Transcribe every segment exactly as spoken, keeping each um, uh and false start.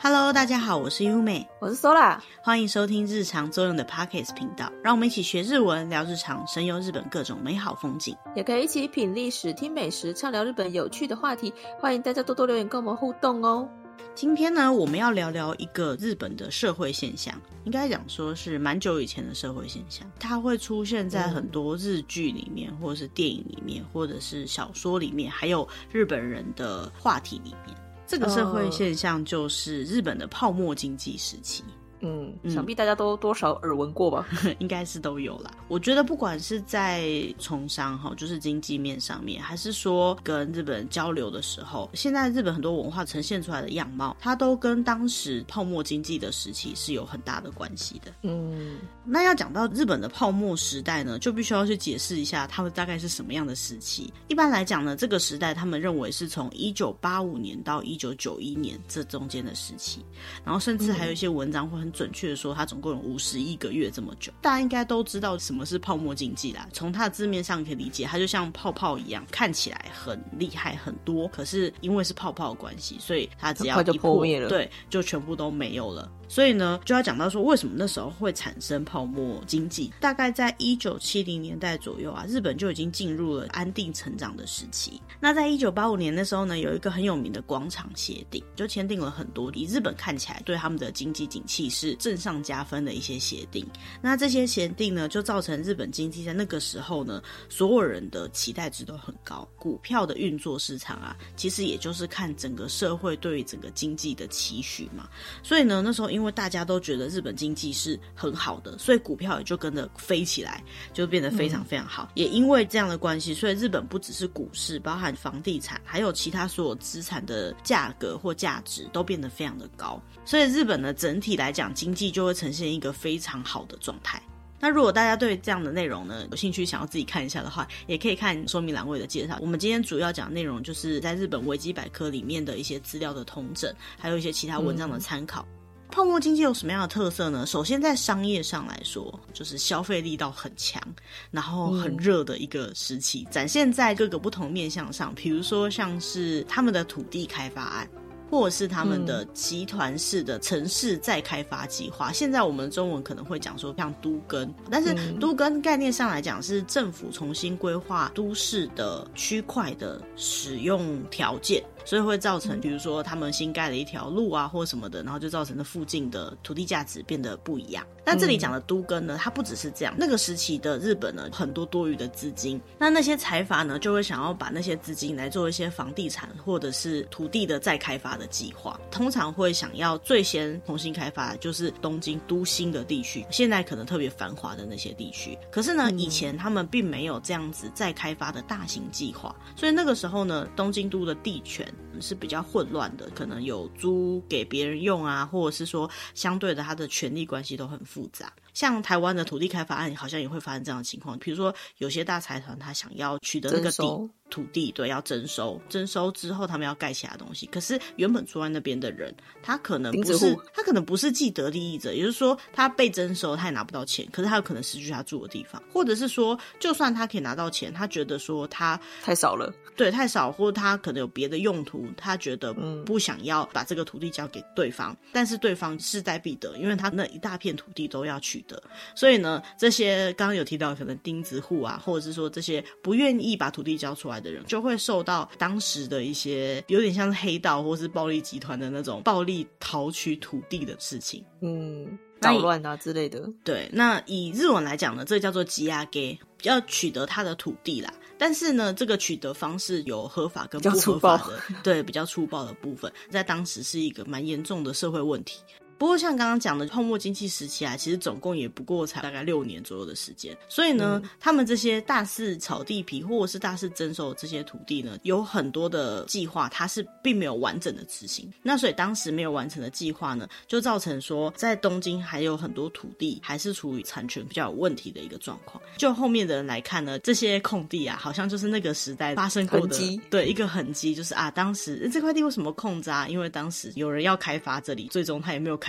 Hello， 大家好，我是优美， 我是 Sola， 欢迎收听日常作用的 Podcast 频道，让我们一起学日文，聊日常，神游日本各种美好风景， 也可以一起品历史、听美食，畅聊日本有趣的话题。欢迎大家多多留言跟我们互动哦。 今天呢，我们要聊聊一个日本的社会现象，应该讲说是蛮久以前的社会现象，它会出现在很多日剧里面，或者是电影里面，或者是小说里面，还有日本人的话题里面。这个社会现象就是日本的泡沫经济时期。 嗯，想必大家都多少耳闻过吧？ 应该是都有啦。我觉得不管是在从商哈，就是经济面上面，还是说跟日本交流的时候，现在日本很多文化呈现出来的样貌，它都跟当时泡沫经济的时期是有很大的关系的。嗯，那要讲到日本的泡沫时代呢，就必须要去解释一下他们大概是什么样的时期。一般来讲呢，这个时代他们认为是从一九八五年到一九九一年这中间的时期，然后甚至还有一些文章会很准确的说它总共有五十一个月这么久。大家应该都知道什么是泡沫经济啦，从它的字面上可以理解，它就像泡泡一样，看起来很厉害很多，可是因为是泡泡的关系，所以它只要一破， 就破灭了， 对，就全部都没有了。所以呢，就要讲到说为什么那时候会产生泡沫经济。大概在一九七零年代左右啊，日本就已经进入了安定成长的时期。那在一九八五年的时候呢，有一个很有名的广场协定，就签订了很多以日本看起来对他们的经济景气是正上加分的一些协定。那这些协定呢，就造成日本经济在那个时候呢，所有人的期待值都很高。股票的运作市场啊，其实也就是看整个社会对于整个经济的期许嘛。所以呢，那时候因为大家都觉得日本经济是很好的，所以股票也就跟着飞起来，就变得非常非常好。嗯、也因为这样的关系，所以日本不只是股市，包含房地产，还有其他所有资产的价格或价值都变得非常的高。所以日本呢，整体来讲，经济就会呈现一个非常好的状态。那如果大家对这样的内容呢有兴趣，想要自己看一下的话，也可以看说明栏位的介绍。我们今天主要讲的内容就是在日本维基百科里面的一些资料的统整，还有一些其他文章的参考。嗯，泡沫经济有什么样的特色呢？首先在商业上来说，就是消费力道很强，然后很热的一个时期，展现在各个不同面向上。比如说像是他们的土地开发案，或者是他们的集团式的城市再开发计划。嗯、现在我们中文可能会讲说像都更，但是都更概念上来讲是政府重新规划都市的区块的使用条件。所以会造成比如说他们新盖了一条路啊或什么的，然后就造成了附近的土地价值变得不一样。那这里讲的都更呢，它不只是这样，那个时期的日本呢，很多多余的资金，那那些财阀呢就会想要把那些资金来做一些房地产或者是土地的再开发的计划，通常会想要最先重新开发就是东京都心的地区，现在可能特别繁华的那些地区。可是呢，以前他们并没有这样子再开发的大型计划，所以那个时候呢，东京都的地权是比较混乱的，可能有租给别人用啊，或者是说相对的他的权力关系都很复杂。像台湾的土地开发案好像也会发生这样的情况，比如说有些大财团他想要取得那个地土地，对，要征收，征收之后他们要盖其他东西，可是原本住在那边的人他可能不是他可能不是既得利益者，也就是说他被征收他也拿不到钱，可是他有可能失去他住的地方，或者是说就算他可以拿到钱，他觉得说他太少了， 对，太少，或者他可能有别的用途，他觉得不想要把这个土地交给对方，嗯、但是对方势在必得，因为他那一大片土地都要取得，所以呢，这些刚刚有提到可能钉子户啊，或者是说这些不愿意把土地交出来的人，就会受到当时的一些有点像是黑道或是暴力集团的那种暴力讨取土地的事情， 嗯，捣乱啊之类的。 对，那以日文来讲呢，这个叫做吉亚给，要取得他的土地啦。但是呢，这个取得方式有合法跟不合法的，对，比较粗暴的部分，在当时是一个蛮严重的社会问题。不过像刚刚讲的泡沫经济时期啊，其实总共也不过才大概六年左右的时间，所以呢、嗯、他们这些大肆炒地皮或者是大肆征收这些土地呢，有很多的计划它是并没有完整的执行，那所以当时没有完成的计划呢，就造成说在东京还有很多土地还是处于产权比较有问题的一个状况。就后面的人来看呢，这些空地啊好像就是那个时代发生过的，对，一个痕迹，就是啊当时这块地为什么空着啊，因为当时有人要开发这里，最终他也没有开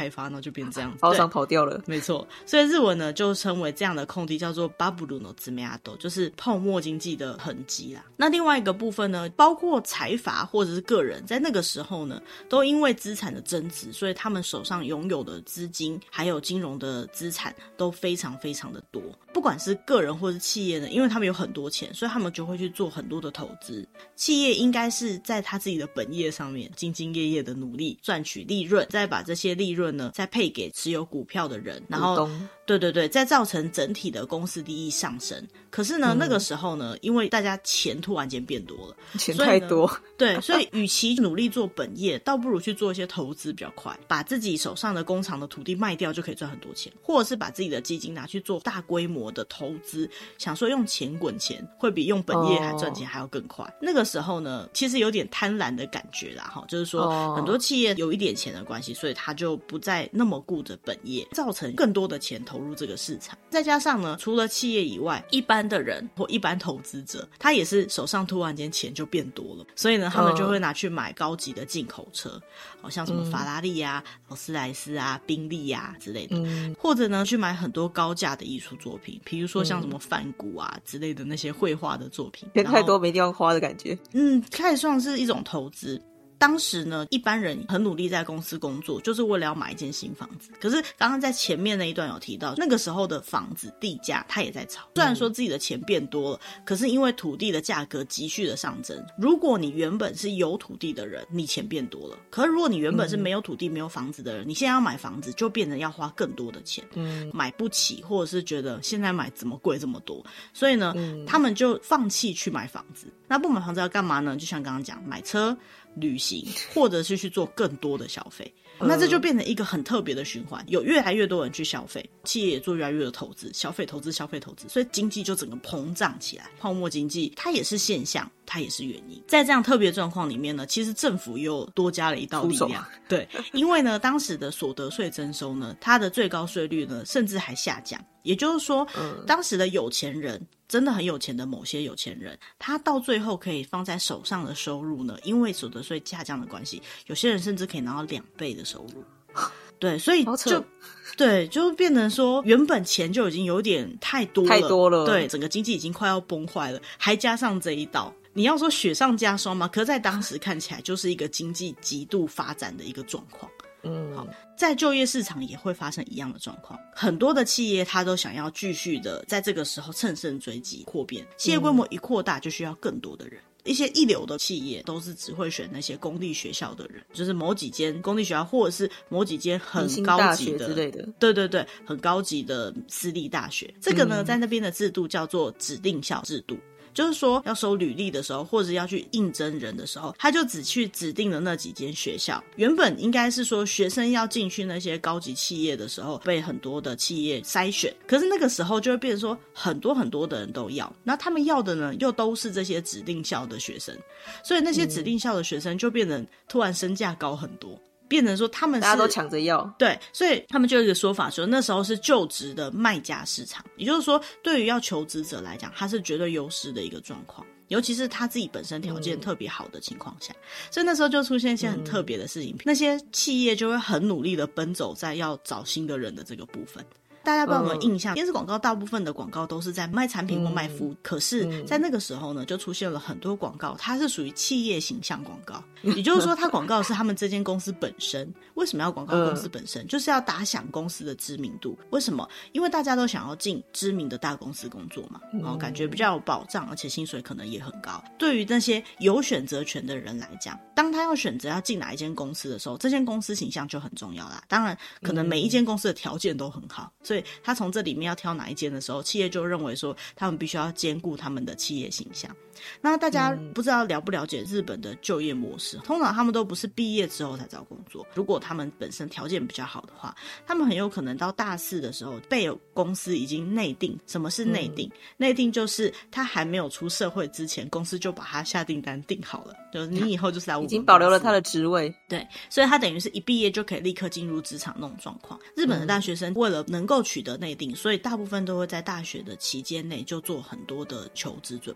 开发，然后就变这样子， 包商跑掉了， 没错。所以日文呢就称为这样的空地叫做バブルの爪痕，就是泡沫经济的痕迹啦。那另外一个部分呢，包括财阀或者是个人，在那个时候呢，都因为资产的增值，所以他们手上拥有的资金还有金融的资产都非常非常的多。不管是个人或是企业呢，因为他们有很多钱，所以他们就会去做很多的投资。企业应该是在他自己的本业上面兢兢业业的努力赚取利润，再把这些利润呢再配给持有股票的人，然后对对对，再造成整体的公司利益上升。可是呢、嗯、那个时候呢，因为大家钱突然间变多了， 钱太多， 对，所以与其努力做本业，倒不如去做一些投资比较快，把自己手上的工厂的土地卖掉就可以赚很多钱，或者是把自己的基金拿去做大规模的投资，想说用钱滚钱会比用本业还赚钱还要更快、哦、那个时候呢其实有点贪婪的感觉啦，就是说、哦、很多企业有一点钱的关系，所以他就不再那么顾着本业，造成更多的钱投入这个市场。再加上呢，除了企业以外，一般的人或一般投资者他也是手上突然间钱就变多了，所以呢他们就会拿去买高级的进口车、哦、像什么法拉利啊、嗯、劳斯莱斯啊、宾利啊之类的、嗯、或者呢去买很多高价的艺术作品，比如说像什么梵谷啊之类的那些绘画的作品， 钱太多没地方花的感觉。 嗯，开始算是一种投资。当时呢，一般人很努力在公司工作，就是为了要买一间新房子。可是刚刚在前面那一段有提到，那个时候的房子地价它也在炒。虽然说自己的钱变多了，可是因为土地的价格急剧的上升。如果你原本是有土地的人，你钱变多了；可是如果你原本是没有土地、没有房子的人，你现在要买房子，就变成要花更多的钱，嗯，买不起，或者是觉得现在买怎么贵这么多，所以呢，嗯、他们就放弃去买房子。那不买房子要干嘛呢？就像刚刚讲，买车、旅行，或者是去做更多的消费。那这就变成一个很特别的循环，有越来越多人去消费，企业也做越来越多的投资，消费投资消费投资，所以经济就整个膨胀起来。泡沫经济它也是现象，它也是原因。在这样特别状况里面呢，其实政府又多加了一道力量。对，因为呢当时的所得税征收呢，它的最高税率呢甚至还下降。也就是说、嗯、当时的有钱人，真的很有钱的某些有钱人，他到最后可以放在手上的收入呢，因为所得税下降的关系，有些人甚至可以拿到两倍的收入。对，所以就对，就变成说原本钱就已经有点太多了， 太多了， 对，整个经济已经快要崩坏了，还加上这一道，你要说雪上加霜吗？可是在当时看起来就是一个经济极度发展的一个状况。嗯，好，在就业市场也会发生一样的状况，很多的企业它都想要继续的在这个时候乘胜追击扩编，企业规模一扩大就需要更多的人。一些一流的企业都是只会选那些公立学校的人，就是某几间公立学校或者是某几间很高级的之类的， 对对对，很高级的私立大学。这个呢、嗯、在那边的制度叫做指定校制度，就是说要收履历的时候，或者要去应征人的时候，他就只去指定的那几间学校。原本应该是说学生要进去那些高级企业的时候，被很多的企业筛选，可是那个时候就会变成说很多很多的人都要，那他们要的呢又都是这些指定校的学生，所以那些指定校的学生就变成突然身价高很多，变成说他们是大家都抢着要， 对，所以他们就有一个说法说那时候是就职的卖家市场，也就是说对于要求职者来讲，他是绝对优势的一个状况，尤其是他自己本身条件特别好的情况下、嗯、所以那时候就出现一些很特别的事情、嗯、那些企业就会很努力的奔走在要找新的人的这个部分。大家不知道有没有印象、嗯、电视广告大部分的广告都是在卖产品或卖服务、嗯、可是在那个时候呢就出现了很多广告，它是属于企业形象广告，也就是说它广告的是他们这间公司本身。为什么要广告公司本身、嗯、就是要打响公司的知名度。为什么？因为大家都想要进知名的大公司工作嘛，然后感觉比较有保障，而且薪水可能也很高。对于那些有选择权的人来讲，当他要选择要进哪一间公司的时候，这间公司形象就很重要啦。当然可能每一间公司的条件都很好，所以他从这里面要挑哪一间的时候，企业就认为说他们必须要兼顾他们的企业形象。那大家不知道了不了解日本的就业模式，通常他们都不是毕业之后才找工作，如果他们本身条件比较好的话，他们很有可能到大四的时候被公司已经内定。什么是内定？内定就是他还没有出社会之前，公司就把他下订单定好了，就是你以后就是来我们公司， 已经保留了他的职位。 对，所以他等于是一毕业就可以立刻进入职场那种状况。日本的大学生为了能够取得内定，所以大部分都会在大学的期间内就做很多的求职准备。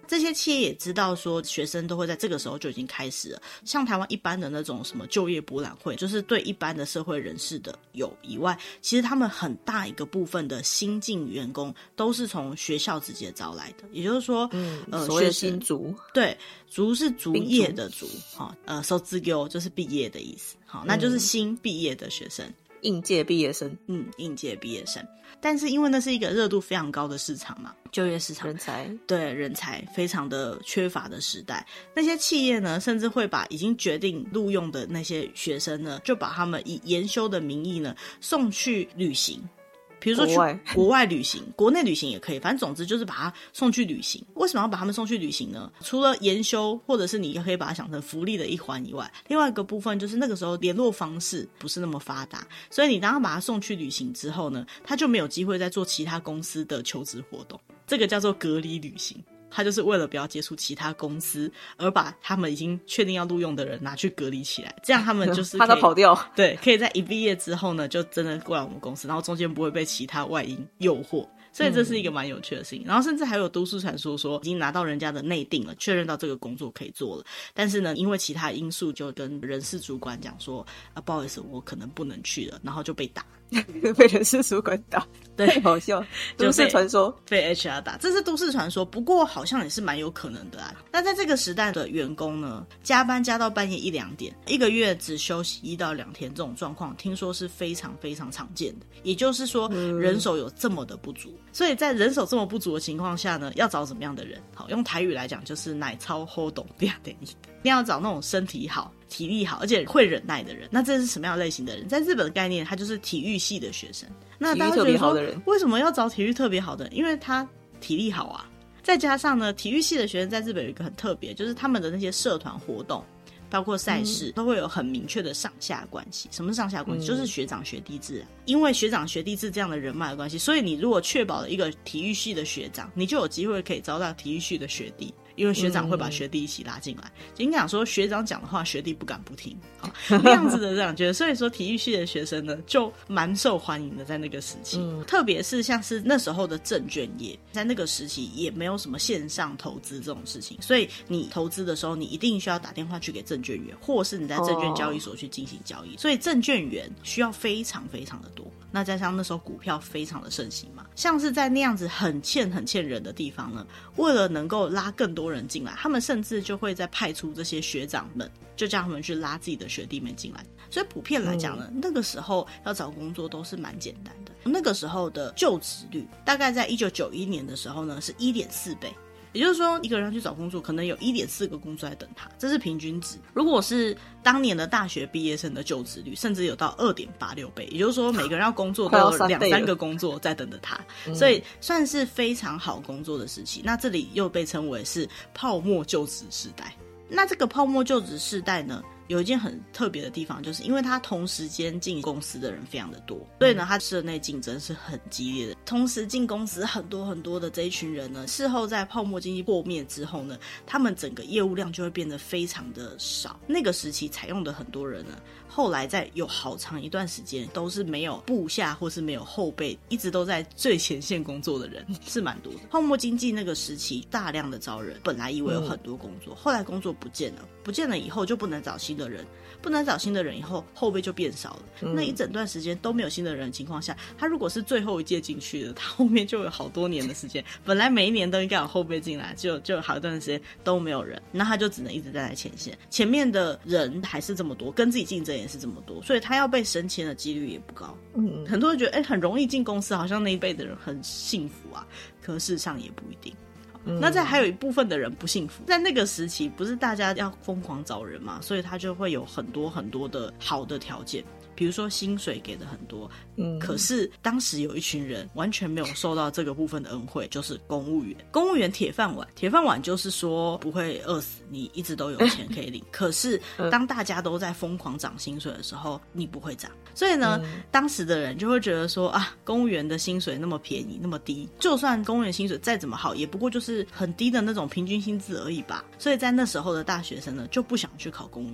这些企业也知道说学生都会在这个时候就已经开始了，像台湾一般的那种什么就业博览会，就是对一般的社会人士的有以外，其实他们很大一个部分的新进员工都是从学校直接招来的，也就是说， 嗯， 呃， 所谓的新卒， 对，卒是卒业的卒，好，呃，卒業就是毕业的意思，好，那就是新毕业的学生， 应届毕业生， 嗯，应届毕业生。但是因为那是一个热度非常高的市场嘛，就业市场， 人才， 对，人才非常的缺乏的时代，那些企业呢，甚至会把已经决定录用的那些学生呢，就把他们以研修的名义呢送去旅行。比如说去国外国外旅行，国内旅行也可以，反正总之就是把他送去旅行。为什么要把他们送去旅行呢？除了研修，或者是你可以把它想成福利的一环以外，另外一个部分就是那个时候联络方式不是那么发达，所以你当他把他送去旅行之后呢，他就没有机会再做其他公司的求职活动，这个叫做隔离旅行。他就是为了不要接触其他公司，而把他们已经确定要录用的人拿去隔离起来，这样他们就是怕他跑掉。 对，可以在一毕业之后呢，就真的过来我们公司，然后中间不会被其他外因诱惑。所以这是一个蛮有趣的事情、嗯、然后甚至还有都市传说说已经拿到人家的内定了，确认到这个工作可以做了，但是呢因为其他因素就跟人事主管讲说啊，不好意思我可能不能去了，然后就被打被人事主管打， 对， 太好笑，都市传说， 被 H R 打，这是都市传说，不过好像也是蛮有可能的啊。那在这个时代的员工呢，加班加到半夜一两点，一个月只休息一到两天，这种状况听说是非常非常常见的，也就是说、嗯、人手有这么的不足，所以在人手这么不足的情况下呢，要找怎么样的人？好，用台语来讲就是奶超好懂不要等一一定要找那种身体好体力好而且会忍耐的人。那这是什么样类型的人？在日本的概念他就是体育系的学生。那大家觉得说为什么要找体育特别好的人？因为他体力好啊，再加上呢体育系的学生在日本有一个很特别，就是他们的那些社团活动包括赛事、嗯、都会有很明确的上下关系。什么是上下关系、嗯、就是学长学弟制、啊、因为学长学弟制这样的人脉的关系，所以你如果确保了一个体育系的学长，你就有机会可以招到体育系的学弟，因为学长会把学弟一起拉进来。就你讲说学长讲的话学弟不敢不听，那样子的这样觉得，所以说体育系的学生呢就蛮受欢迎的在那个时期、嗯、特别是像是那时候的证券业，在那个时期也没有什么线上投资这种事情，所以你投资的时候你一定需要打电话去给证券员，或是你在证券交易所去进行交易、哦、所以证券员需要非常非常的多。那加上那时候股票非常的盛行嘛，像是在那样子很欠很欠人的地方呢，为了能够拉更多人进来，他们甚至就会再派出这些学长们，就叫他们去拉自己的学弟们进来。所以普遍来讲呢、嗯、那个时候要找工作都是蛮简单的。那个时候的就职率大概在一九九一年的时候呢是 一点四倍，也就是说一个人要去找工作可能有 一点四个工作在等他，这是平均值。如果是当年的大学毕业生的就职率甚至有到 二点八六倍，也就是说每个人要工作都有两三个工作在等着他，所以算是非常好工作的时期。那这里又被称为是泡沫就职时代。那这个泡沫就职时代呢有一件很特别的地方，就是因为他同时间进公司的人非常的多，所以呢他社内竞争是很激烈的。同时进公司很多很多的这一群人呢，事后在泡沫经济破灭之后呢，他们整个业务量就会变得非常的少。那个时期采用的很多人呢，后来在有好长一段时间都是没有部下或是没有后辈，一直都在最前线工作的人是蛮多的。泡沫经济那个时期大量的招人，本来以为有很多工作、嗯、后来工作不见了，不见了以后就不能找新的人，不能找新的人以后后辈就变少了、嗯、那一整段时间都没有新的人的情况下，他如果是最后一届进去的，他后面就有好多年的时间本来每一年都应该有后辈进来，就就好一段时间都没有人，那他就只能一直站在前线，前面的人还是这么多，跟自己竞争也是这么多，所以他要被升迁的几率也不高。嗯，很多人觉得哎、欸，很容易进公司，好像那一辈的人很幸福啊，可事实上也不一定。嗯、那再还有一部分的人不幸福，在那个时期不是大家要疯狂找人嘛，所以他就会有很多很多的好的条件，比如说薪水给的很多，嗯，可是当时有一群人完全没有受到这个部分的恩惠，就是公务员。公务员铁饭碗，铁饭碗就是说不会饿死，你一直都有钱可以领。可是当大家都在疯狂涨薪水的时候，你不会涨。所以呢、嗯、当时的人就会觉得说啊，公务员的薪水那么便宜那么低，就算公务员薪水再怎么好，也不过就是很低的那种平均薪资而已吧。所以在那时候的大学生呢就不想去考公务员。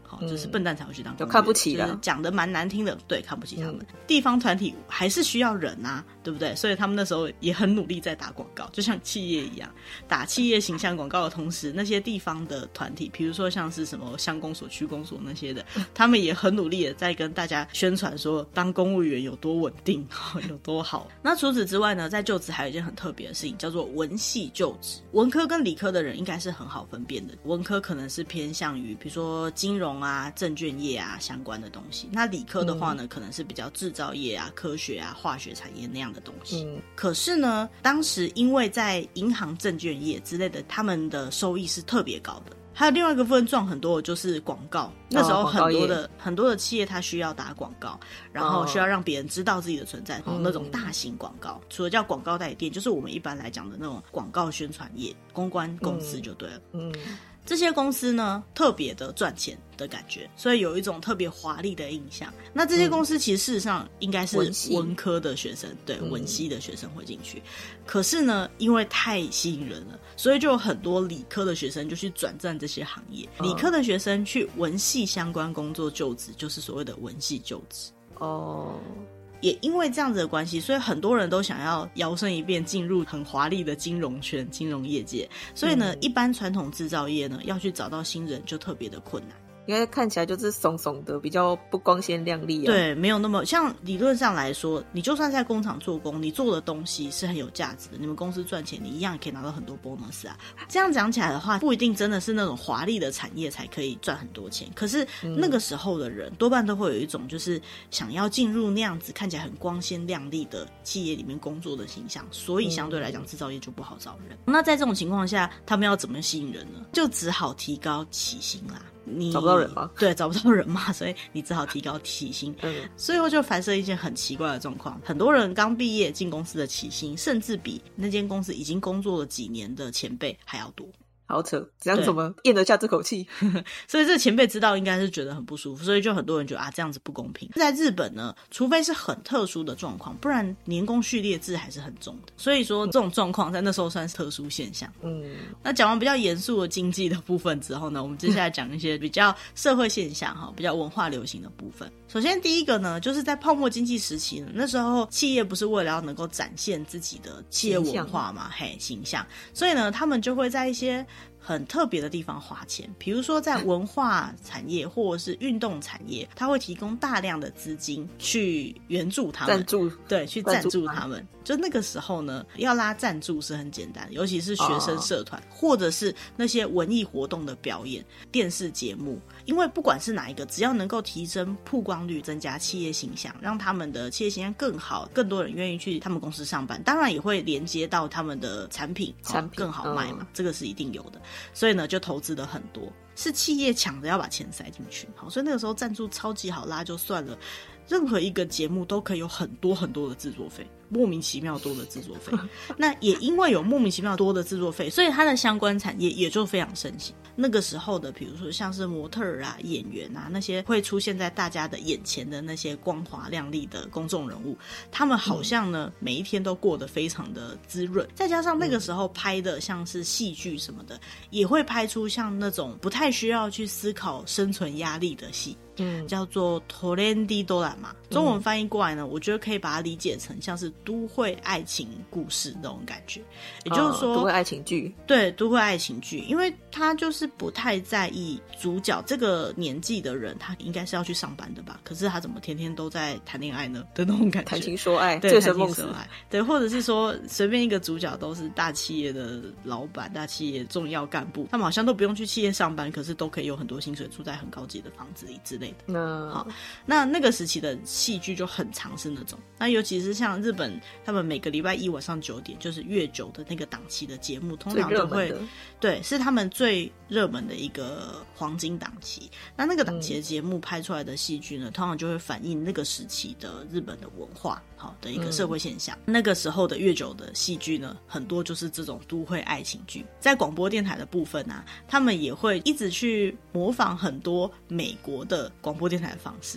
好、哦，就是笨蛋才会去当公务员， 就看不起了， 讲的蛮难听的，对，看不起他们、嗯。地方团体还是需要人啊，对不对？所以他们那时候也很努力在打广告，就像企业一样，打企业形象广告的同时，那些地方的团体，比如说像是什么乡公所、区公所那些的，他们也很努力的在跟大家宣传说，当公务员有多稳定，有多好。那除此之外呢，在就职还有一件很特别的事情，叫做文系就职。文科跟理科的人应该是很好分辨的，文科可能是偏向于比如说金融啊、证券业啊相关的东西，那理科的话呢、嗯、可能是比较制造业啊、科学啊、化学产业那样的东西、嗯、可是呢当时因为在银行、证券业之类的，他们的收益是特别高的。还有另外一个部分赚很多的就是广告，那时候很多的、哦、很多的企业它需要打广告，然后需要让别人知道自己的存在、哦、那种大型广告、嗯、除了叫广告代理店，就是我们一般来讲的那种广告宣传业、公关公司就对了。嗯，嗯这些公司呢特别的赚钱的感觉，所以有一种特别华丽的印象。那这些公司其实事实上应该是文科的学生，对，文系的学生会进去、嗯、可是呢因为太吸引人了，所以就有很多理科的学生就去转战这些行业、嗯、理科的学生去文系相关工作就职，就是所谓的文系就职。哦，也因为这样子的关系，所以很多人都想要摇身一变进入很华丽的金融圈、金融业界，所以呢、嗯、一般传统制造业呢要去找到新人就特别的困难， 应该看起来就是怂怂的，比较不光鲜亮丽、啊、 对，没有那么像理论上来说，你就算在工厂做工，你做的东西是很有价值的，你们公司赚钱，你一样也可以拿到很多 bonus 啊。这样讲起来的话，不一定真的是那种华丽的产业才可以赚很多钱，可是那个时候的人、嗯、多半都会有一种就是想要进入那样子看起来很光鲜亮丽的企业里面工作的形象，所以相对来讲制造业就不好找人、嗯、那在这种情况下他们要怎么吸引人呢？就只好提高起薪啦。你找不到人吗？ 对，找不到人嘛，所以你只好提高起薪。嗯，最后就反射一件很奇怪的状况，很多人刚毕业进公司的起薪，甚至比那间公司已经工作了几年的前辈还要多。 好扯，这样怎么咽得下这口气？ 所以这前辈知道应该是觉得很不舒服，所以就很多人觉得啊这样子不公平。在日本呢，除非是很特殊的状况，不然年功序列制还是很重的。所以说这种状况在那时候算是特殊现象。嗯，那讲完比较严肃的经济的部分之后呢，我们接下来讲一些比较社会现象哈，比较文化流行的部分。首先第一个呢，就是在泡沫经济时期呢，那时候企业不是为了要能够展现自己的企业文化嘛，嘿，形象，所以呢，他们就会在一些很特别的地方花钱，比如说在文化产业或者是运动产业，他会提供大量的资金去援助他们， 赞助， 对，去赞助他们。就那个时候呢，要拉赞助是很简单，尤其是学生社团、哦、或者是那些文艺活动的表演、电视节目，因为不管是哪一个，只要能够提升曝光率、增加企业形象，让他们的企业形象更好，更多人愿意去他们公司上班，当然也会连接到他们的产品， 产品、 哦、更好卖嘛、嗯，这个是一定有的。所以呢，就投资了很多，是企业抢着要把钱塞进去。好，所以那个时候赞助超级好拉就算了，任何一个节目都可以有很多很多的制作费，莫名其妙多的制作费。那也因为有莫名其妙多的制作费，所以它的相关产业也就非常盛行。那个时候的比如说像是模特儿啊、演员啊，那些会出现在大家的眼前的那些光华亮丽的公众人物，他们好像呢、嗯、每一天都过得非常的滋润。再加上那个时候拍的像是戏剧什么的，也会拍出像那种不太需要去思考生存压力的戏，嗯，叫做 Trendy Drama， 中文翻译过来呢、嗯、我觉得可以把它理解成像是都会爱情故事那种感觉，也就是说、 哦、都会爱情剧， 对，都会爱情剧，因为他就是不太在意主角这个年纪的人，他应该是要去上班的吧，可是他怎么天天都在谈恋爱呢的那种感觉， 谈情说爱， 对，谈情说爱，对，或者是说随便一个主角都是大企业的老板、大企业重要干部，他们好像都不用去企业上班，可是都可以有很多薪水，住在很高级的房子里之类的。 那好，那那个时期的戏剧就很常是那种，那尤其是像日本，他们每个礼拜一晚上九点就是月九的那个档期的节目，通常就会对，是他们最热门的一个黄金档期。那那个档期的节目拍出来的戏剧呢、嗯，通常就会反映那个时期的日本的文化，好的一个社会现象。嗯、那个时候的月九的戏剧呢，很多就是这种都会爱情剧。在广播电台的部分啊，他们也会一直去模仿很多美国的广播电台的方式。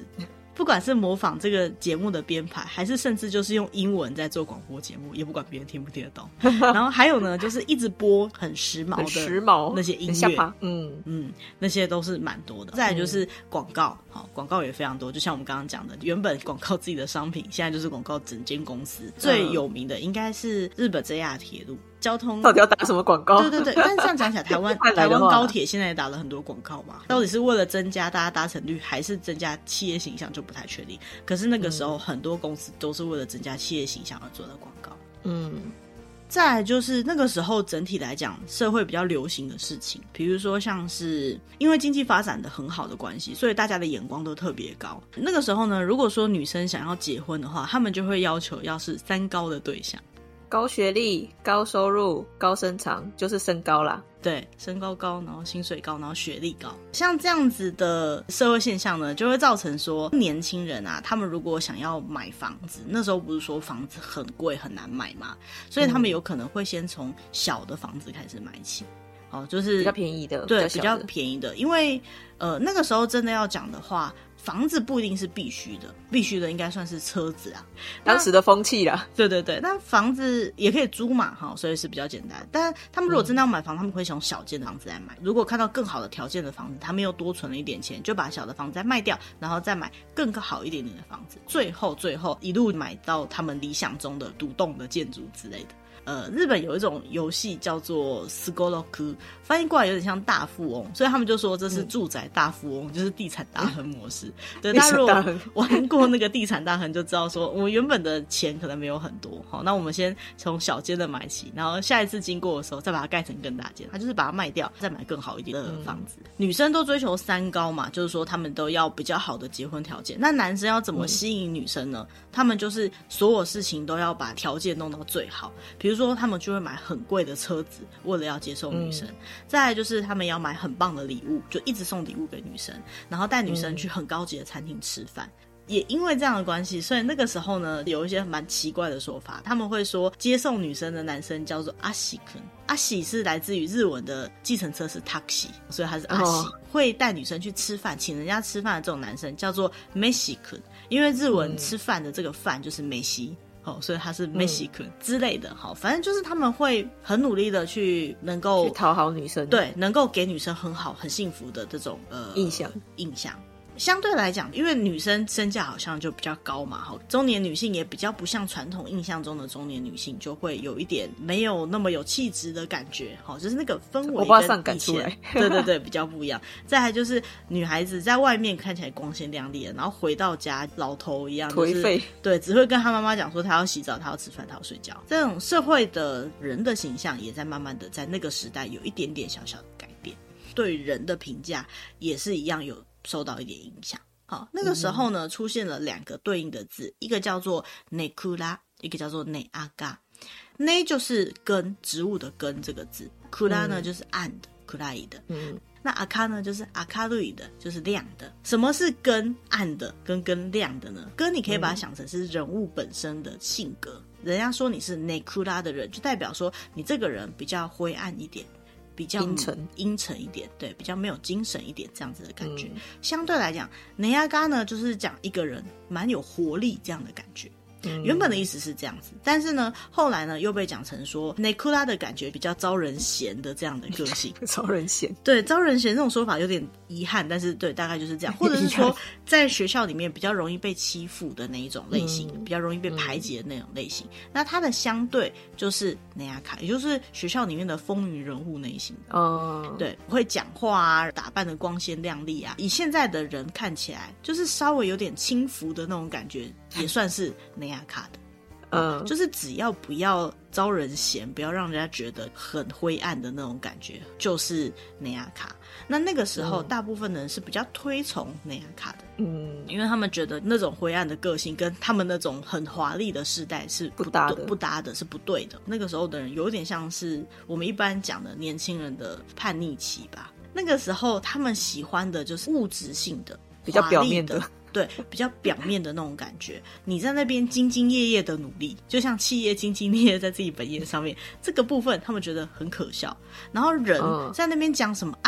不管是模仿这个节目的编排，还是甚至就是用英文在做广播节目，也不管别人听不听得懂。然后还有呢，就是一直播很时髦的、 很时髦那些音乐，嗯嗯，那些都是蛮多的。再来就是广告，好、嗯，广告也非常多。就像我们刚刚讲的，原本广告自己的商品，现在就是广告整间公司。嗯、最有名的应该是日本 J R 铁路。交通到底要打什么广告？ 对对对，但是这样讲起来，台湾台湾高铁现在也打了很多广告嘛，到底是为了增加大家搭乘率，还是增加企业形象，就不太确定。可是那个时候，很多公司都是为了增加企业形象而做的广告。嗯，再来就是那个时候整体来讲，社会比较流行的事情，比如说像是因为经济发展的很好的关系，所以大家的眼光都特别高。那个时候呢，如果说女生想要结婚的话，他们就会要求要是三高的对象。 高学历、高收入、高身长，就是身高啦。 对，身高高，然后薪水高，然后学历高，像这样子的社会现象呢，就会造成说年轻人啊，他们如果想要买房子，那时候不是说房子很贵很难买嘛，所以他们有可能会先从小的房子开始买起。哦，就是比较便宜的， 对， 比较便宜的，因为呃那个时候真的要讲的话，房子不一定是必须的，必须的应该算是车子啊， 当时的风气啦。 对对对，那房子也可以租嘛，哈，所以是比较简单。但他们如果真的要买房，嗯、他们会从小间的房子来买。如果看到更好的条件的房子，他们又多存了一点钱，就把小的房子再卖掉，然后再买更好一点点的房子，最后最后一路买到他们理想中的独栋的建筑之类的。呃，日本有一种游戏叫做 Sugoroku， 翻译过来有点像大富翁，所以他们就说这是住宅大富翁，嗯、就是地产大亨模式。对，大家如果玩过那个地产大亨就知道说，我们原本的钱可能没有很多，好，那我们先从小间的买起，然后下一次经过的时候再把它盖成更大间，他就是把它卖掉，再买更好一点的房子。嗯、女生都追求三高嘛，就是说他们都要比较好的结婚条件。那男生要怎么吸引女生呢？嗯、他们就是所有事情都要把条件弄到最好，比如说。比如说他们就会买很贵的车子，为了要接受女生。嗯、再来就是他们要买很棒的礼物，就一直送礼物给女生，然后带女生去很高级的餐厅吃饭。嗯、也因为这样的关系，所以那个时候呢，有一些蛮奇怪的说法，他们会说接送女生的男生叫做阿喜坤，阿喜是来自于日文的计程车是 taxi， 所以他是阿喜。哦、会带女生去吃饭，请人家吃饭的这种男生叫做梅西坤，因为日文吃饭的这个饭就是梅西。哦，所以他是 Mexican 之类的，好、嗯，反正就是他们会很努力的去能够去讨好女生， 对，能够给女生很好、很幸福的这种呃印象印象。相对来讲，因为女生身价好像就比较高嘛，中年女性也比较不像传统印象中的中年女性，就会有一点没有那么有气质的感觉，就是那个氛围跟以前对对对比较不一样。再来就是女孩子在外面看起来光鲜亮丽的，然后回到家老头一样颓废， 对，只会跟她妈妈讲说她要洗澡、她要吃饭、她要睡觉。这种社会的人的形象也在慢慢的在那个时代有一点点小小的改变，对人的评价也是一样有受到一点影响。好，那个时候呢，嗯、出现了两个对应的字，一个叫做内库拉，一个叫做内阿嘎。内就是根，植物的根这个字，库拉呢、嗯、就是暗的，库拉伊的。嗯，那阿卡呢就是阿卡瑞的，就是亮的。什么是根暗的跟根亮的呢？根你可以把它想成是人物本身的性格。嗯、人家说你是内库拉的人，就代表说你这个人比较灰暗一点。比较阴沉阴沉一点，对，比较没有精神一点这样子的感觉。嗯、相对来讲，内亚嘎呢，就是讲一个人蛮有活力这样的感觉。嗯、原本的意思是这样子，但是呢，后来呢又被讲成说内库拉的感觉比较招人嫌的这样的个性。 招人嫌， 对，招人嫌这种说法有点遗憾，但是对，大概就是这样，或者是说在学校里面比较容易被欺负的那一种类型，嗯、比较容易被排挤的那种类型。嗯、那它的相对就是内亚卡，也就是学校里面的风云人物类型。哦，对，会讲话啊，打扮的光鲜亮丽啊，以现在的人看起来就是稍微有点轻浮的那种感觉，也算是内亚卡的。嗯，就是只要不要招人嫌，不要让人家觉得很灰暗的那种感觉，就是内亚卡。那那个时候，嗯、大部分人是比较推崇内亚卡的，嗯，因为他们觉得那种灰暗的个性跟他们那种很华丽的世代是不不搭的， 不搭的，是不对的。那个时候的人有点像是我们一般讲的年轻人的叛逆期吧。那个时候他们喜欢的就是物质性的、 比较表面的。 对，比较表面的那种感觉。你在那边兢兢业业的努力，就像企业兢兢业业在自己本业上面，这个部分他们觉得很可笑。然后人在那边讲什么爱，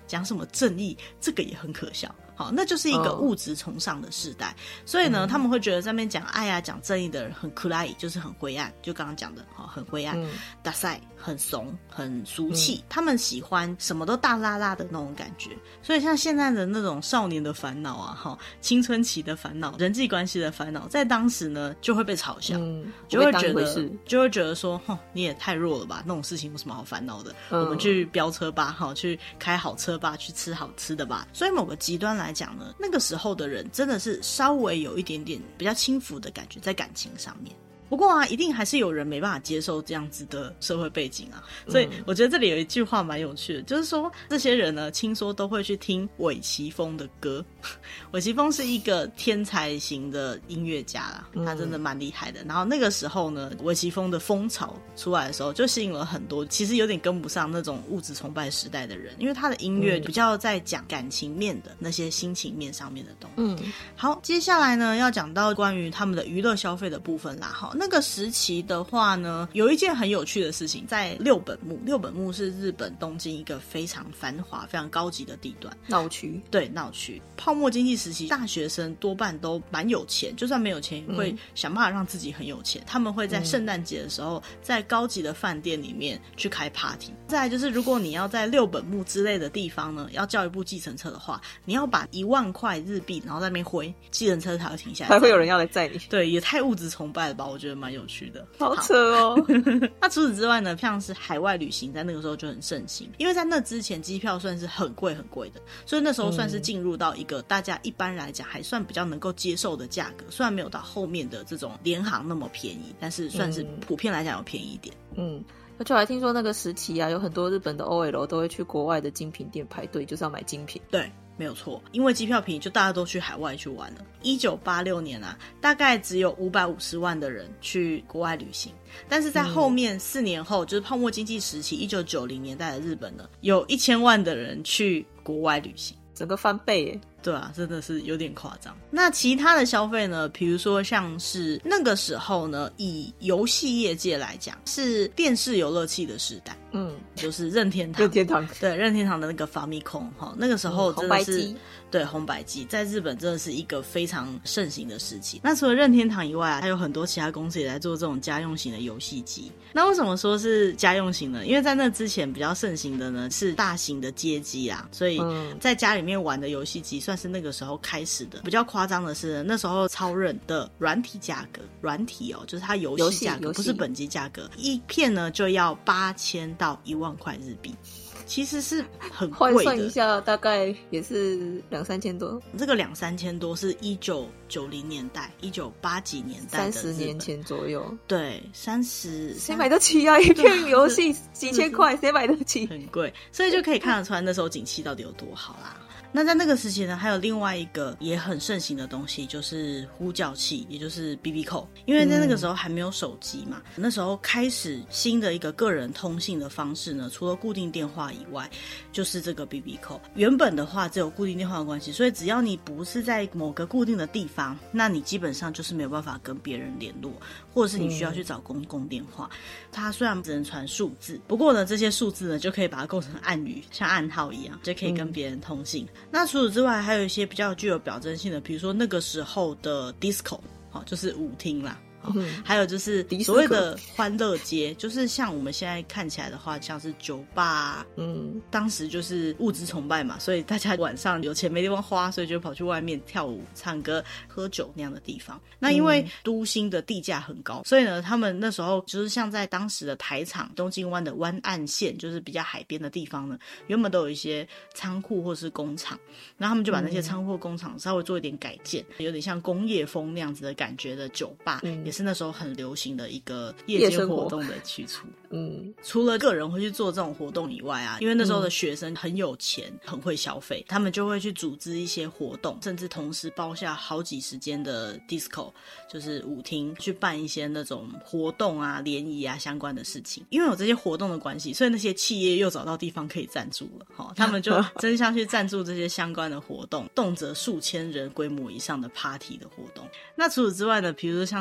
讲什么正义，这个也很可笑。好，那就是一个物质崇尚的时代， oh. 所以呢、嗯、他们会觉得在那边讲爱啊讲正义的人很暗，就是很灰暗，就刚刚讲的很灰暗，大赛、嗯、很怂很俗气、嗯、他们喜欢什么都大拉拉的那种感觉。所以像现在的那种少年的烦恼啊，青春期的烦恼，人际关系的烦恼，在当时呢就会被嘲笑、嗯、就会觉得就会觉得说你也太弱了吧，那种事情有什么好烦恼的、嗯、我们去飙车吧，去开好车吧，去吃好吃的吧。所以某个极端来讲呢，那个时候的人真的是稍微有一点点比较轻浮的感觉在感情上面。不过啊，一定还是有人没办法接受这样子的社会背景啊，所以我觉得这里有一句话蛮有趣的，就是说这些人呢，听说都会去听韦奇峰的歌。韦奇峰是一个天才型的音乐家啦，他真的蛮厉害的。然后那个时候呢，韦奇峰的风潮出来的时候，就吸引了很多其实有点跟不上那种物质崇拜时代的人，因为他的音乐比较在讲感情面的那些心情面上面的东西。嗯，好，接下来呢要讲到关于他们的娱乐消费的部分啦。好，那个时期的话呢，有一件很有趣的事情，在六本木，六本木是日本东京一个非常繁华非常高级的地段， 闹区。 对，闹区。泡沫经济时期，大学生多半都蛮有钱，就算没有钱也会想办法让自己很有钱、嗯、他们会在圣诞节的时候在高级的饭店里面去开 party。 再来就是如果你要在六本木之类的地方呢要叫一部计程车的话，你要把一万块日币然后在那边挥，计程车才会停下来， 才会有人要来载你。 对，也太物质崇拜了吧，我觉得蛮有趣的， 好扯哦。 那除此之外呢，像是海外旅行在那个时候就很盛行，因为在那之前机票算是很贵很贵的，所以那时候算是进入到一个大家一般来讲还算比较能够接受的价格，虽然没有到后面的这种联航那么便宜，但是算是普遍来讲有便宜一点。嗯， 而且我还听说那个时期啊，有很多日本的 O L 都会去国外的精品店排队，就是要买精品。 对，没有错，因为机票便宜，就大家都去海外去玩了。一九八六年啊，大概只有五百五十万的人去国外旅行，但是在后面四年后，嗯、就是泡沫经济时期，一九九零年代的日本呢，有一千万的人去国外旅行， 整个翻倍耶。 对啊，真的是有点夸张。那其他的消费呢，比如说像是那个时候呢，以游戏业界来讲，是电视游乐器的时代。嗯，就是任天堂， 任天堂对任天堂的那个 Famicom 哈，那个时候真的是、 嗯、红白机， 对红白机，在日本真的是一个非常盛行的时期。那除了任天堂以外啊，还有很多其他公司也在做这种家用型的游戏机。那为什么说是家用型呢？因为在那之前比较盛行的呢是大型的街机啊，所以在家里面玩的游戏机算是那个时候开始的。比较夸张的是，那时候超任的软体价格，软体哦，就是它游戏价格，不是本机价格，一片呢就要八千到一万块日币。其实是很贵的， 换算一下大概也是两三千多。 这个两三千多是一九九零年代、一九八几年代的， 三十年前左右。 对，三十， 谁买得起啊？一片游戏几千块，谁买得起？ 很贵，所以就可以看得出来那时候景气到底有多好啦。那在那个时期呢，还有另外一个也很盛行的东西，就是呼叫器，也就是 B B 扣。因为在那个时候还没有手机嘛、嗯、那时候开始新的一个个人通信的方式呢，除了固定电话以外，就是这个 B B 扣。原本的话只有固定电话的关系，所以只要你不是在某个固定的地方，那你基本上就是没有办法跟别人联络，或者是你需要去找公共电话、嗯、它虽然只能传数字，不过呢这些数字呢就可以把它构成暗语，像暗号一样，就可以跟别人通信、嗯。那除此之外还有一些比较具有表征性的，比如说那个时候的 disco 就是舞厅啦，嗯、还有就是所谓的欢乐街，就是像我们现在看起来的话像是酒吧，嗯，当时就是物质崇拜嘛，所以大家晚上有钱没地方花，所以就跑去外面跳舞唱歌喝酒那样的地方。那因为都心的地价很高，所以呢他们那时候就是像在当时的台场东京湾的湾岸线，就是比较海边的地方呢，原本都有一些仓库或是工厂，然后他们就把那些仓库或工厂稍微做一点改建，有点像工业风那样子的感觉的酒吧、嗯、也是那时候很流行的一个夜间活动的去处。嗯，除了个人会去做这种活动以外啊，因为那时候的学生很有钱、嗯、很会消费，他们就会去组织一些活动，甚至同时包下好几十间的 disco， 就是舞厅，去办一些那种活动啊、联谊啊相关的事情。因为有这些活动的关系，所以那些企业又找到地方可以赞助了、哦、他们就争相去赞助这些相关的活动，动辄数千人规模以上的 party 的活动。那除此之外呢，比如说像是赛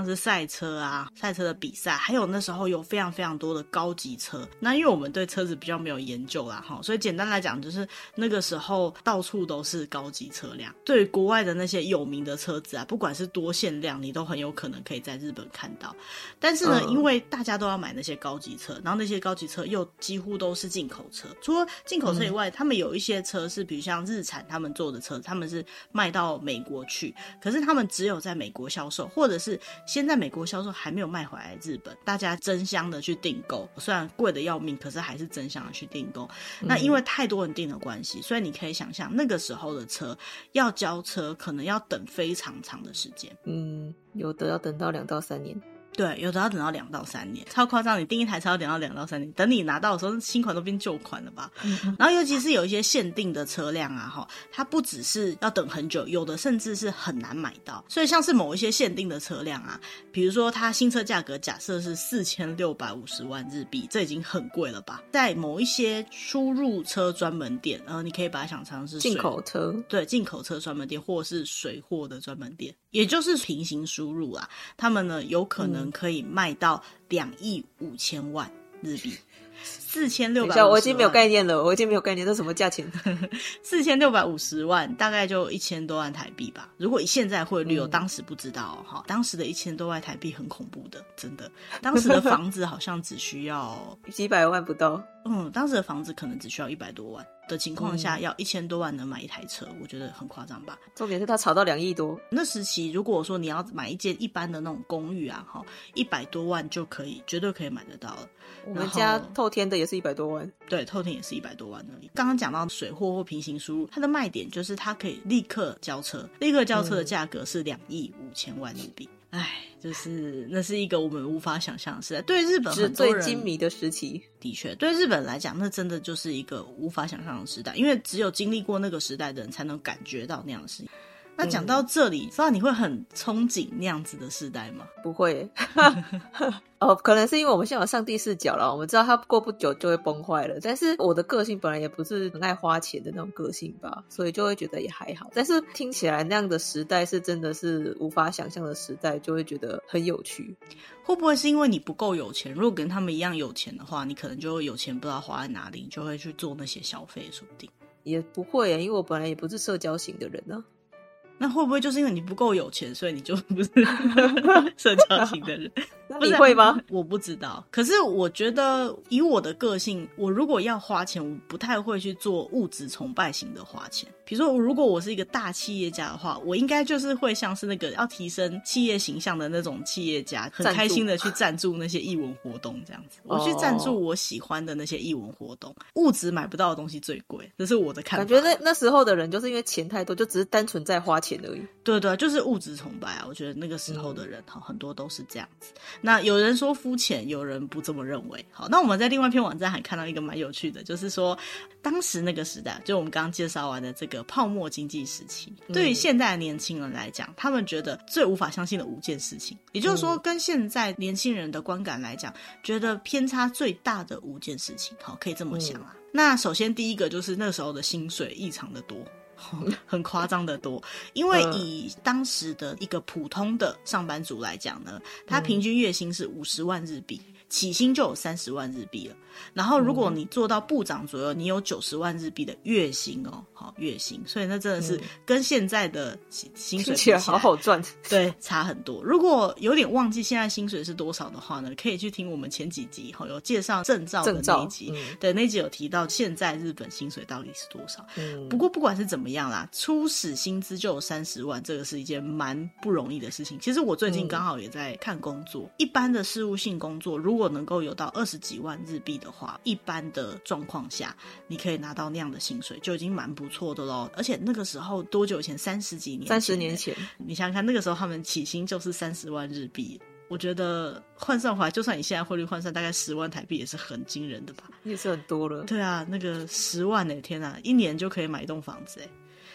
赛车啊，赛车的比赛，还有那时候有非常非常多的高级车。那因为我们对车子比较没有研究啦，所以简单来讲就是那个时候到处都是高级车辆。对于国外的那些有名的车子啊，不管是多限量，你都很有可能可以在日本看到。但是呢、嗯、因为大家都要买那些高级车，然后那些高级车又几乎都是进口车，除了进口车以外、嗯、他们有一些车是比如像日产他们做的车，他们是卖到美国去，可是他们只有在美国销售，或者是先在美国销售还没有卖回来日本，大家争相的去订购，虽然贵的要命，可是还是争相的去订购、嗯、那因为太多人订的关系，所以你可以想象那个时候的车要交车可能要等非常长的时间， 嗯，有的要等到两到三年， 对，有的要等到两到三年，超夸张！你订一台车要等到两到三年，等你拿到的时候，新款都变旧款了吧？嗯、然后尤其是有一些限定的车辆啊，哈，它不只是要等很久，有的甚至是很难买到。所以像是某一些限定的车辆啊，比如说它新车价格假设是四千六百五十万日币，这已经很贵了吧？在某一些输入车专门店，呃，你可以把它想成是进口车， 对，进口车专门店或是水货的专门店，也就是平行输入啊，他们呢有可能、嗯可以卖到两亿五千万日币，四千六百五十万。 我已经没有概念了，我已经没有概念，这什么价钱？ 四千六百五十万，大概就一千多万台币吧。如果以现在汇率，我当时不知道哈、嗯，当时的一千多万台币很恐怖的，真的。当时的房子好像只需要几百万不到， 嗯，当时的房子可能只需要一百多万。的情况下、嗯、要一千多万能买一台车，我觉得很夸张吧。 重点是他炒到两亿多。 那时期如果说你要买一间一般的那种公寓啊，一百多万就可以，绝对可以买得到了。 我们家透天的也是一百多万。 对，透天也是一百多万而已。刚刚讲到水货或平行输入，它的卖点就是它可以立刻交车，立刻交车的价格是两亿五千万日币。唉，就是那是一个我们无法想象的时代，对日本很多人是最精迷的时期。 的确，对日本来讲，那真的就是一个无法想象的时代，因为只有经历过那个时代的人才能感觉到那样的事情。那讲到这里，知道你会很憧憬那样子的时代吗？ 不会哦，可能是因为我们现在有上帝视角了，我们知道它过不久就会崩坏了。但是我的个性本来也不是很爱花钱的那种个性吧，所以就会觉得也还好。但是听起来那样的时代是真的是无法想象的时代，就会觉得很有趣。 会不会是因为你不够有钱？如果跟他们一样有钱的话，你可能就会有钱不知道花在哪里，你就会去做那些消费，说不定。 也不会耶，因为我本来也不是社交型的人啊。 那会不会就是因为你不够有钱，所以你就不是社交型的人？ 你会吗？ 我不知道。可是我觉得以我的个性，我如果要花钱，我不太会去做物质崇拜型的花钱。比如说如果我是一个大企业家的话，我应该就是会像是那个要提升企业形象的那种企业家，很开心的去赞助那些艺文活动这样子。我去赞助我喜欢的那些艺文活动。物质买不到的东西最贵，这是我的看法。 感觉那那时候的人就是因为钱太多，就只是单纯在花钱而已。 对对，就是物质崇拜啊！我觉得那个时候的人、嗯、很多都是这样子。那有人说肤浅，有人不这么认为。好，那我们在另外一篇网站还看到一个蛮有趣的，就是说当时那个时代，就我们刚刚介绍完的这个泡沫经济时期，对于现在的年轻人来讲，他们觉得最无法相信的五件事情，也就是说跟现在年轻人的观感来讲，觉得偏差最大的五件事情。好，可以这么想啊。嗯、那首先第一个就是那时候的薪水异常的多。很夸张的多，因为以当时的一个普通的上班族来讲呢，他平均月薪是五十万日币，起薪就有三十万日币了。然后如果你做到部长左右，你有九十万日币的月薪哦，好月薪，所以那真的是跟现在的薪水比起来好好赚， 对，差很多。如果有点忘记现在薪水是多少的话呢，可以去听我们前几集有介绍证照的那一集，嗯、对，那一集有提到现在日本薪水到底是多少。嗯、不过不管是怎么样啦，初始薪资就有三十万，这个是一件蛮不容易的事情。其实我最近刚好也在看工作，嗯、一般的事务性工作，如果能够有到二十几万日币的话，一般的状况下你可以拿到那样的薪水就已经蛮不错的咯。而且那个时候多久前？三十几年前， 三十年前， 你想想看，那个时候他们起薪就是三十万日币，我觉得换算回来，就算你现在汇率换算大概十万台币也是很惊人的吧， 也是很多了。 对啊，那个十万耶，天啊，一年就可以买一栋房子耶。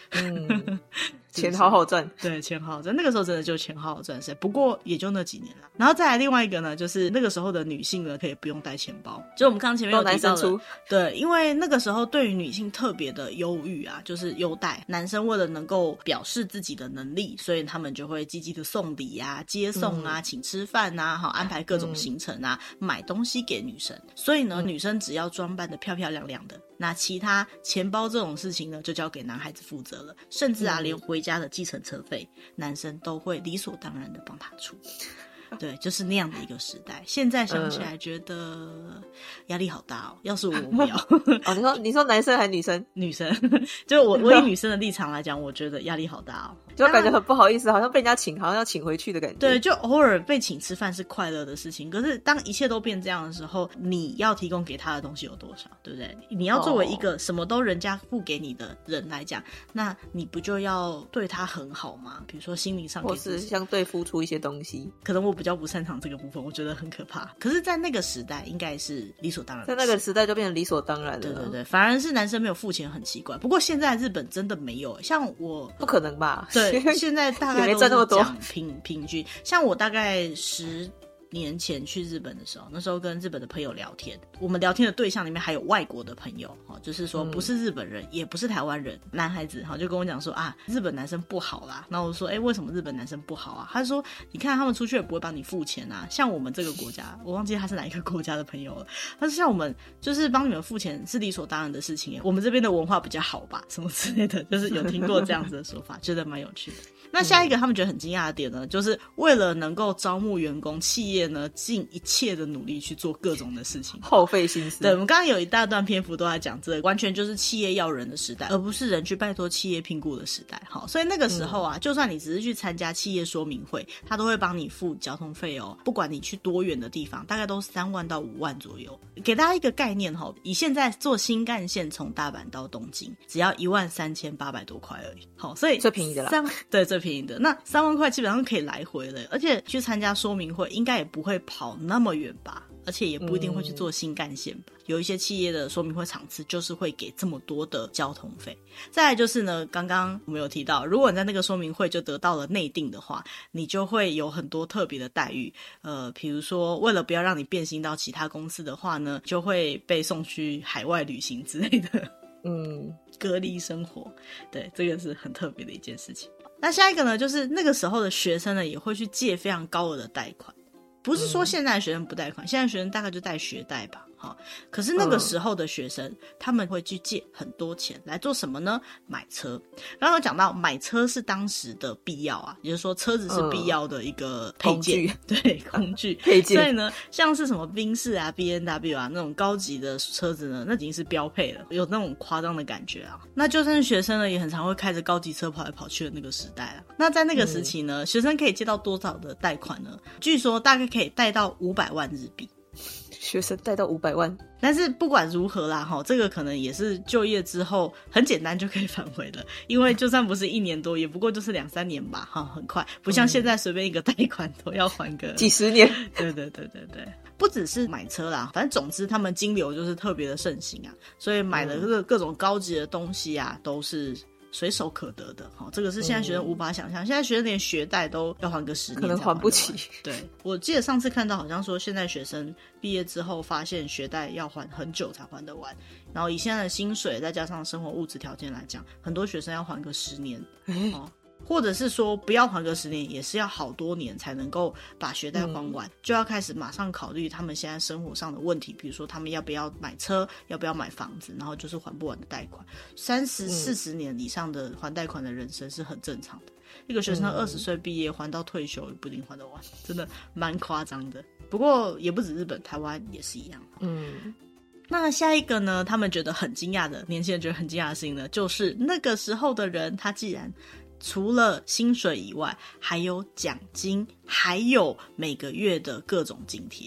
嗯，钱好好赚， 对，钱好好赚。那个时候真的就钱好好赚是，不过也就那几年了。然后再来另外一个呢，就是那个时候的女性呢可以不用带钱包，就我们刚刚前面有提到的，对，因为那个时候对于女性特别的优遇啊，就是优待。男生为了能够表示自己的能力，所以他们就会积极的送礼啊、接送啊、嗯、请吃饭啊，好安排各种行程啊、嗯、买东西给女生。所以呢、嗯、女生只要装扮的漂漂亮亮的，那其他钱包这种事情呢就交给男孩子负责了，甚至啊、嗯、连回家的计程车费男生都会理所当然的帮他出。对，就是那样的一个时代。现在想起来觉得压力好大哦，要是我不要哦，你说你说男生还是女生？ 女生，就我我以女生的立场来讲，我觉得压力好大哦， 就感觉很不好意思，好像被人家请，好像要请回去的感觉。 对，就偶尔被请吃饭是快乐的事情，可是当一切都变这样的时候，你要提供给他的东西有多少，对不对？你要作为一个什么都人家付给你的人来讲，那你不就要对他很好吗？比如说心理上， 或是相对付出一些东西。 可能我比较不擅长这个部分，我觉得很可怕。可是在那个时代应该是理所当然的， 在那个时代就变成理所当然了。 对对对，反而是男生没有付钱很奇怪。不过现在日本真的没有，像我不可能吧？ 对，现在大概都是讲平平均。像我大概十年前去日本的时候，那时候跟日本的朋友聊天，我们聊天的对象里面还有外国的朋友，就是说不是日本人、嗯、也不是台湾人，男孩子就跟我讲说啊，日本男生不好啦。然后我说哎、欸，为什么日本男生不好啊？他说你看他们出去也不会帮你付钱啊，像我们这个国家，我忘记他是哪一个国家的朋友了，他说像我们就是帮你们付钱是理所当然的事情耶，我们这边的文化比较好吧，什么之类的，就是有听过这样子的说法觉得蛮有趣的。那下一个他们觉得很惊讶的点呢，就是为了能够招募员工，企业呢尽一切的努力去做各种的事情， 耗费心思。 对，我们刚刚有一大段篇幅都在讲这个，完全就是企业要人的时代，而不是人去拜托企业聘雇的时代。好，所以那个时候啊、嗯、就算你只是去参加企业说明会，他都会帮你付交通费哦，不管你去多远的地方，大概都三万到五万左右。给大家一个概念齁，以现在坐新干线从大阪到东京只要一万三千八百多块而已。好，所以最便宜的啦， 对，最便宜的。那三万块基本上可以来回了，而且去参加说明会应该也不会跑那么远吧，而且也不一定会去坐新干线吧、嗯、有一些企业的说明会场次就是会给这么多的交通费。再来就是呢，刚刚我们有提到，如果你在那个说明会就得到了内定的话，你就会有很多特别的待遇，呃，比如说为了不要让你变心到其他公司的话呢，就会被送去海外旅行之类的，嗯，隔离生活。对，这个是很特别的一件事情。那下一个呢，就是那个时候的学生呢也会去借非常高额的贷款，不是说现在的学生不贷款、嗯、现在的学生大概就贷学贷吧。好，可是那个时候的学生、嗯、他们会去借很多钱来做什么呢？买车。刚刚有讲到买车是当时的必要啊，也就是说车子是必要的一个配件、嗯、对，工具配件。所以呢，像是什么宾士啊 B M W 啊那种高级的车子呢，那已经是标配了，有那种夸张的感觉啊。那就算是学生呢也很常会开着高级车跑来跑去的那个时代啊。那在那个时期呢、嗯、学生可以借到多少的贷款呢？据说大概可以贷到五百万日币。 学生贷到五百万， 但是不管如何啦，这个可能也是就业之后很简单就可以返回的，因为就算不是一年多，也不过就是两三年吧，很快，不像现在随便一个贷款都要还个几十年。 对对对对对，不只是买车啦，反正总之他们金流就是特别的盛行啊，所以买的各各种高级的东西啊，都是随手可得的。好，这个是现在学生无法想象、嗯、现在学生连学贷都要还个十年， 可能还不起。 对，我记得上次看到好像说现在学生毕业之后发现学贷要还很久才还得完，然后以现在的薪水再加上生活物质条件来讲，很多学生要还个十年、欸哦或者是说不要还个十年，也是要好多年才能够把学贷还完、嗯、就要开始马上考虑他们现在生活上的问题，比如说他们要不要买车，要不要买房子，然后就是还不完的贷款。三十四十年以上的还贷款的人生是很正常的，一个学生二十岁毕业还到退休也不一定还得完，真的蛮夸张的。不过也不止日本，台湾也是一样。嗯，那下一个呢，他们觉得很惊讶的，年轻人觉得很惊讶的事情呢，就是那个时候的人他既然除了薪水以外还有奖金，还有每个月的各种津贴。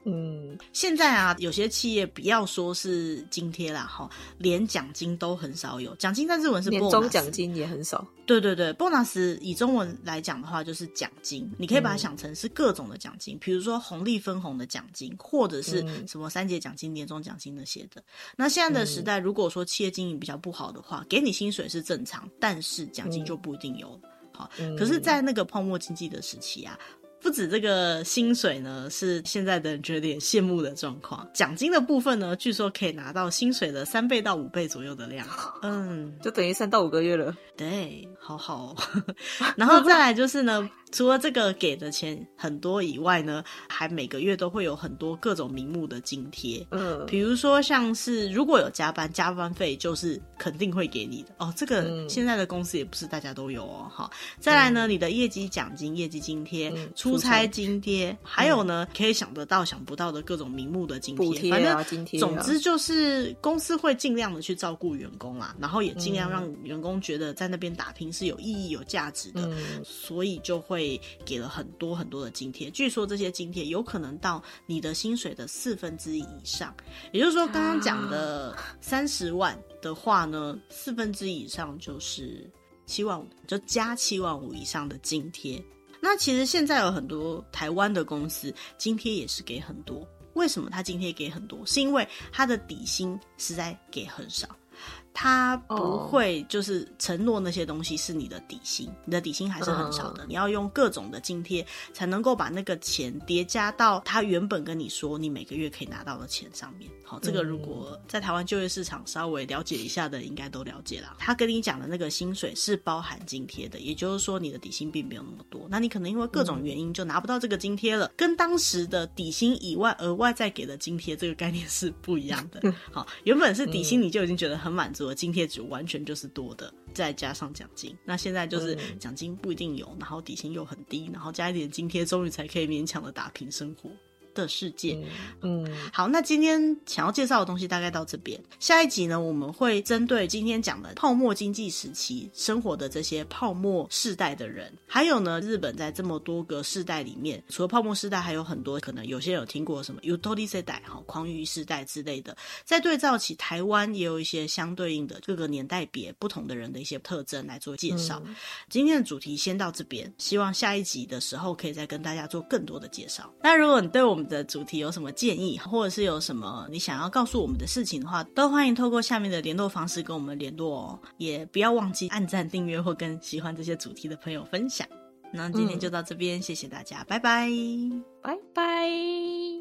嗯， 现在啊，有些企业不要说是津贴啦，连奖金都很少有。奖金在日文是 bonus， 年终奖金也很少。 对对对 bonus 以中文来讲的话就是奖金，你可以把它想成是各种的奖金，嗯、比如说红利分红的奖金，或者是什么三节奖金、年终奖金那些的。那现在的时代，如果说企业经营比较不好的话，给你薪水是正常，但是奖金就不一定有了。好，可是在那个泡沫经济的时期啊，不止这个薪水呢是现在的人觉得有点羡慕的状况，奖金的部分呢据说可以拿到薪水的三倍到五倍左右的量。嗯， 就等于三到五个月了。 对，好好哦然后再来就是呢除了这个给的钱很多以外呢，还每个月都会有很多各种名目的津贴。嗯，比如说像是如果有加班，加班费就是肯定会给你的哦。这个现在的公司也不是大家都有哦。好，再来呢，你的业绩奖金、业绩津贴、嗯、出差津贴，还有呢、嗯、可以想得到想不到的各种名目的津贴， 补贴啊、津贴啊。 总之就是公司会尽量的去照顾员工啦，然后也尽量让员工觉得在那边打拼是有意义、有价值的，嗯、所以就会会给了很多很多的津贴，据说这些津贴有可能到你的薪水的四分之一以上，也就是说刚刚讲的三十万的话呢，四分之一以上就是七万五，就加七万五以上的津贴。那其实现在有很多台湾的公司津贴也是给很多，为什么他津贴给很多？是因为他的底薪实在给很少，他不会就是承诺那些东西是你的底薪，你的底薪还是很少的，你要用各种的津贴才能够把那个钱叠加到他原本跟你说你每个月可以拿到的钱上面。好，这个如果在台湾就业市场稍微了解一下的应该都了解啦。他跟你讲的那个薪水是包含津贴的，也就是说你的底薪并没有那么多，那你可能因为各种原因就拿不到这个津贴了，跟当时的底薪以外额外再给的津贴这个概念是不一样的。好，原本是底薪你就已经觉得很满足了，津贴值完全就是多的，再加上奖金，那现在就是奖金不一定有，然后底薪又很低，然后加一点津贴，终于才可以勉强的打拼生活的世界。嗯，好，那今天想要介绍的东西大概到这边，下一集呢我们会针对今天讲的泡沫经济时期生活的这些泡沫世代的人，还有呢日本在这么多个世代里面，除了泡沫世代还有很多可能有些人有听过什么 Utori 世代、狂鱼世代之类的，在对照起台湾也有一些相对应的各个年代别不同的人的一些特征来做介绍。嗯、今天的主题先到这边，希望下一集的时候可以再跟大家做更多的介绍。那如果你对我们的主题有什么建议，或者是有什么你想要告诉我们的事情的话，都欢迎透过下面的联络方式跟我们联络哦。也不要忘记按赞、订阅或跟喜欢这些主题的朋友分享。那今天就到这边，嗯、谢谢大家，拜拜， 拜拜。